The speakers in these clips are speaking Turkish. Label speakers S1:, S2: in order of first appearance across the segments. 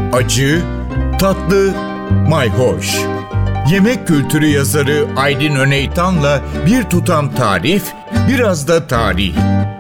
S1: acı, tatlı, mayhoş. Yemek kültürü yazarı Aydin Öneytan'la bir tutam tarif, biraz da tarih.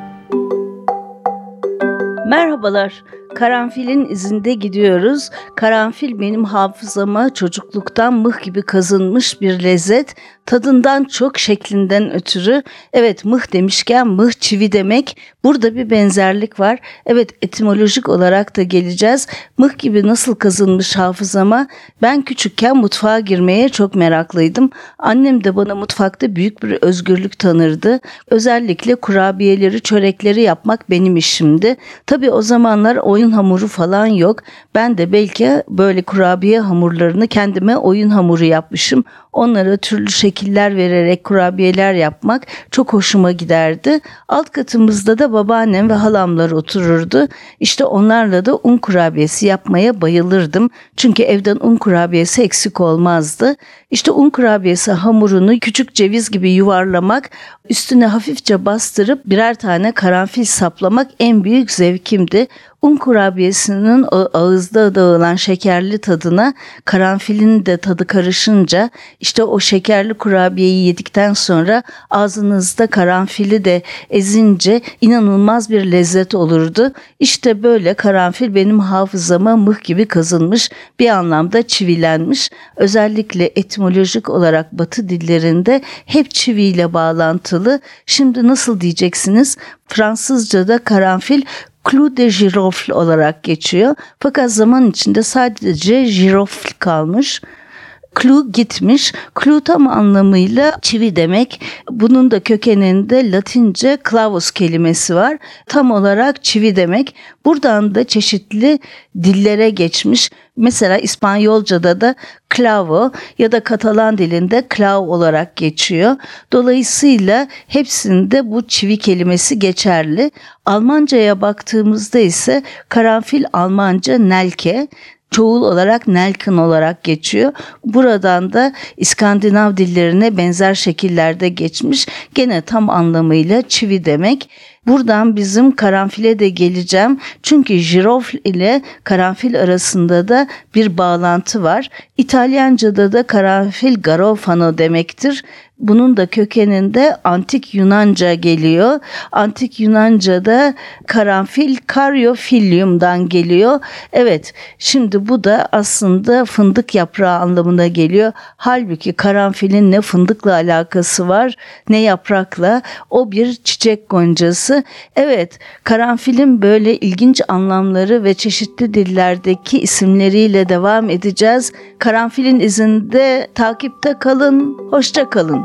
S2: Merhabalar. Karanfilin izinde gidiyoruz. Karanfil benim hafızama çocukluktan mıh gibi kazınmış bir lezzet. Tadından çok şeklinden ötürü. Evet, mıh demişken mıh çivi demek. Burada bir benzerlik var. Evet, etimolojik olarak da geleceğiz. Mıh gibi nasıl kazınmış hafızama? Ben küçükken mutfağa girmeye çok meraklıydım. Annem de bana mutfakta büyük bir özgürlük tanırdı. Özellikle kurabiyeleri, çörekleri yapmak benim işimdi. Tabii o zamanlar oyun hamuru falan yok. Ben de belki böyle kurabiye hamurlarını kendime oyun hamuru yapmışım. Onlara türlü şekiller vererek kurabiyeler yapmak çok hoşuma giderdi. Alt katımızda da babaannem ve halamlar otururdu. İşte onlarla da un kurabiyesi yapmaya bayılırdım. Çünkü evden un kurabiyesi eksik olmazdı. İşte un kurabiyesi hamurunu küçük ceviz gibi yuvarlamak, üstüne hafifçe bastırıp birer tane karanfil saplamak en büyük zevkimdi. Un kurabiyesinin ağızda dağılan şekerli tadına karanfilin de tadı karışınca işte o şekerli kurabiyeyi yedikten sonra ağzınızda karanfili de ezince inanılmaz bir lezzet olurdu. İşte böyle karanfil benim hafızama mıh gibi kazınmış, bir anlamda çivilenmiş. Özellikle etimolojik olarak Batı dillerinde hep çiviyle bağlantılı. Şimdi nasıl diyeceksiniz? Fransızca'da karanfil clou de girofle olarak geçiyor. Fakat zaman içinde sadece girofle kalmış. Clou gitmiş. Clou tam anlamıyla çivi demek. Bunun da kökeninde Latince clavus kelimesi var. Tam olarak çivi demek. Buradan da çeşitli dillere geçmiş. Mesela İspanyolca'da da clavo ya da Katalan dilinde clau olarak geçiyor. Dolayısıyla hepsinde bu çivi kelimesi geçerli. Almanca'ya baktığımızda ise karanfil Almanca nelke, çoğul olarak nelken olarak geçiyor. Buradan da İskandinav dillerine benzer şekillerde geçmiş. Gene tam anlamıyla çivi demek. Buradan bizim karanfile de geleceğim. Çünkü girofle ile karanfil arasında da bir bağlantı var. İtalyanca'da da karanfil garofano demektir. Bunun da kökeninde antik Yunanca geliyor. Antik Yunanca'da karanfil karyofilium'dan geliyor. Evet, şimdi bu da aslında fındık yaprağı anlamına geliyor. Halbuki karanfilin ne fındıkla alakası var ne yaprakla. O bir çiçek goncası. Evet, karanfilin böyle ilginç anlamları ve çeşitli dillerdeki isimleriyle devam edeceğiz. Karanfilin izinde takipte kalın, hoşça kalın.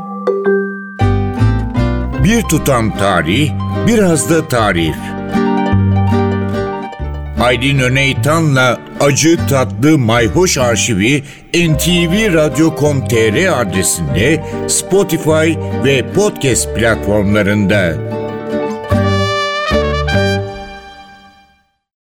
S1: Bir tutam tarih, biraz da tarif. Aydin Öneytan'la acı tatlı mayhoş arşivi ntvradio.com.tr adresinde, Spotify ve podcast platformlarında.